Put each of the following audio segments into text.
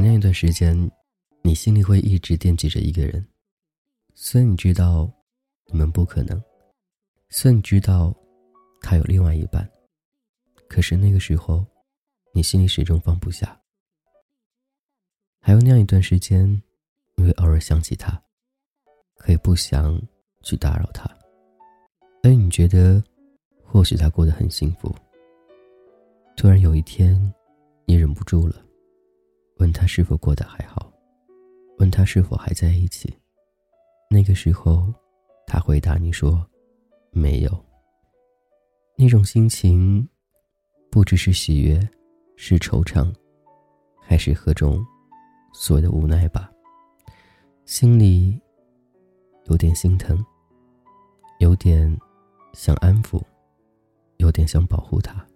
那一段时间，你心里会一直惦记着一个人，虽然你知道你们不可能，虽然你知道他有另外一半，可是那个时候你心里始终放不下。还有那样一段时间，你会偶尔想起他，可以不想去打扰他，而你觉得或许他过得很幸福。突然有一天，你忍不住了，问他是否过得还好，问他是否还在一起。那个时候他回答你说没有。那种心情不知是喜悦，是惆怅，还是何种所谓的无奈吧。心里有点心疼，有点想安抚，有点想保护他。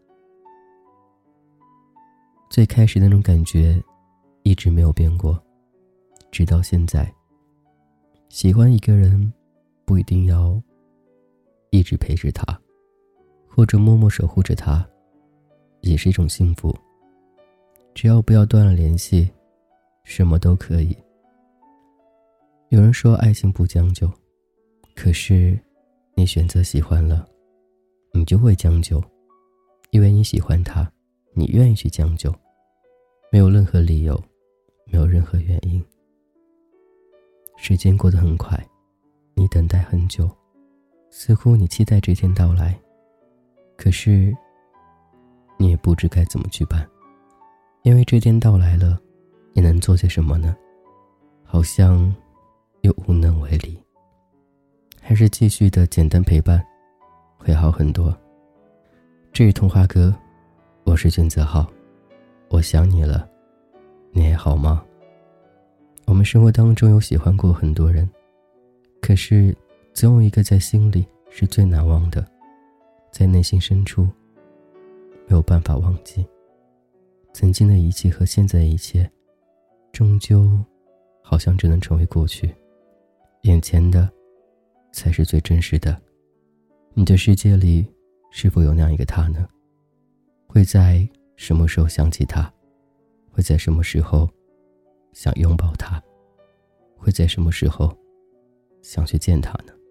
最开始的那种感觉一直没有变过，直到现在。喜欢一个人不一定要一直陪着他，或者默默守护着他，也是一种幸福。只要不要断了联系，什么都可以。有人说爱情不将就，可是你选择喜欢了，你就会将就，因为你喜欢他，你愿意去将就，没有任何理由，没有任何原因。时间过得很快，你等待很久，似乎你期待这天到来，可是你也不知该怎么去办，因为这天到来了，你能做些什么呢？好像又无能为力。还是继续的简单陪伴会好很多。这是童话哥，我是卷泽浩，我想你了，你还好吗？我们生活当中有喜欢过很多人，可是总有一个在心里是最难忘的，在内心深处没有办法忘记。曾经的一切和现在的一切终究好像只能成为过去，眼前的才是最真实的。你的世界里是否有那样一个他呢？会在什么时候想起他？会在什么时候想拥抱他？会在什么时候想去见他呢？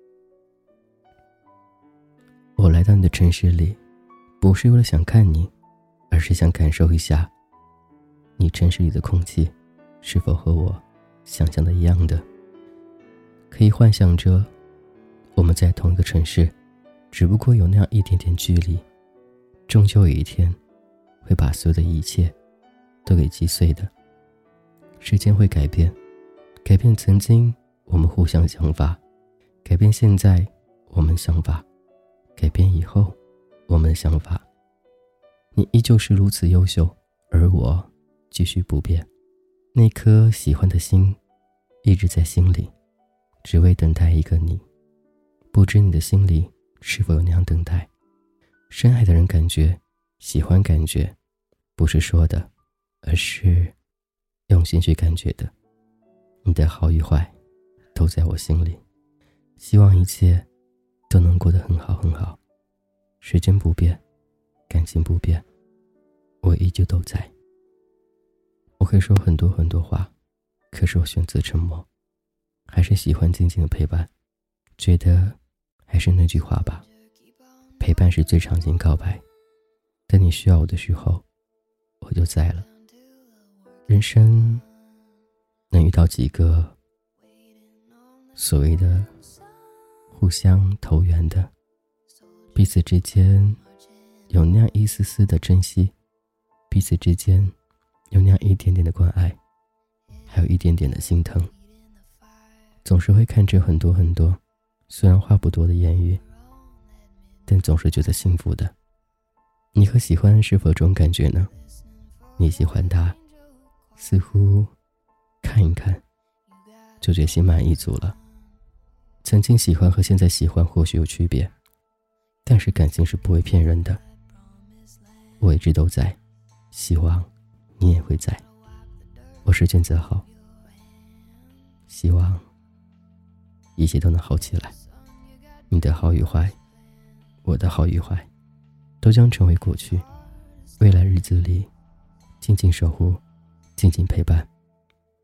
我来到你的城市里，不是为了想看你，而是想感受一下你城市里的空气是否和我想象的一样的。可以幻想着我们在同一个城市，只不过有那样一点点距离，终究有一天会把所有的一切都给击碎的。时间会改变，改变曾经我们互相想法，改变现在我们想法，改变以后我们的想法。你依旧是如此优秀，而我继续不变。那颗喜欢的心一直在心里，只为等待一个你。不知你的心里是否有那样等待？深爱的人感觉，喜欢感觉，不是说的，而是用心去感觉的。你的好与坏都在我心里，希望一切都能过得很好很好。时间不变，感情不变，我依旧都在。我可以说很多很多话，可是我选择沉默，还是喜欢静静的陪伴。觉得还是那句话吧，陪伴是最长情告白。等你需要我的时候，我就在了。人生能遇到几个所谓的互相投缘的，彼此之间有那样一丝丝的珍惜，彼此之间有那样一点点的关爱，还有一点点的心疼。总是会看着很多很多虽然话不多的言语，但总是觉得幸福的。你和喜欢是否这种感觉呢？你喜欢他，似乎看一看就觉得心满意足了。曾经喜欢和现在喜欢或许有区别，但是感情是不会骗人的。我一直都在，希望你也会在。我是卷泽浩，希望一切都能好起来。你的好与坏，我的好与坏，都将成为过去。未来日子里，静静守护，静静陪伴，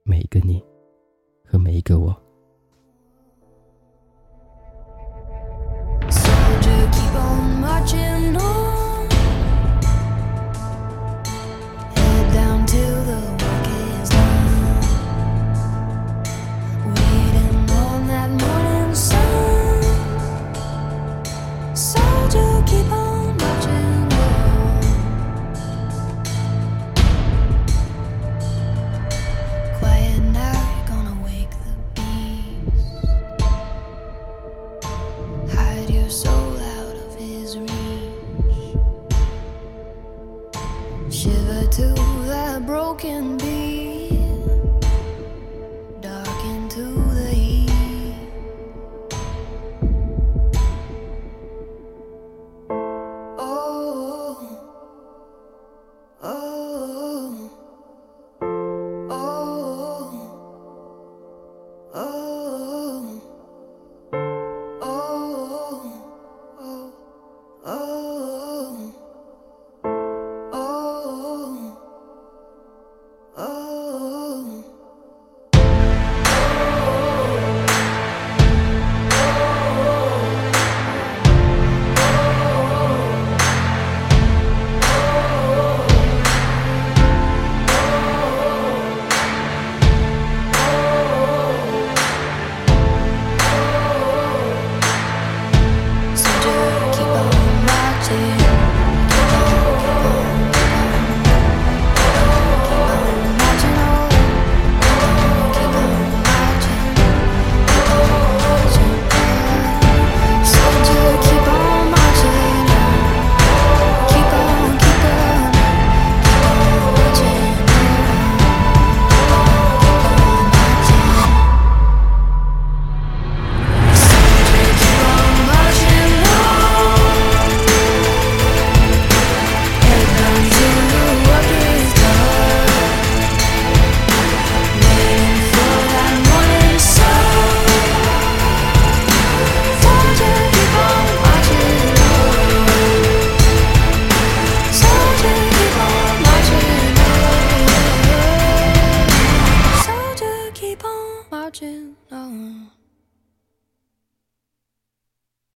每一个你和每一个我。 Soldier, keep on marching on. Head down till the work is done. Waiting on that morning sun. Soldier, keep on marching on. Quiet night, gonna wake the beast. Hide your soul out of his reach. Shiver to that broken beat.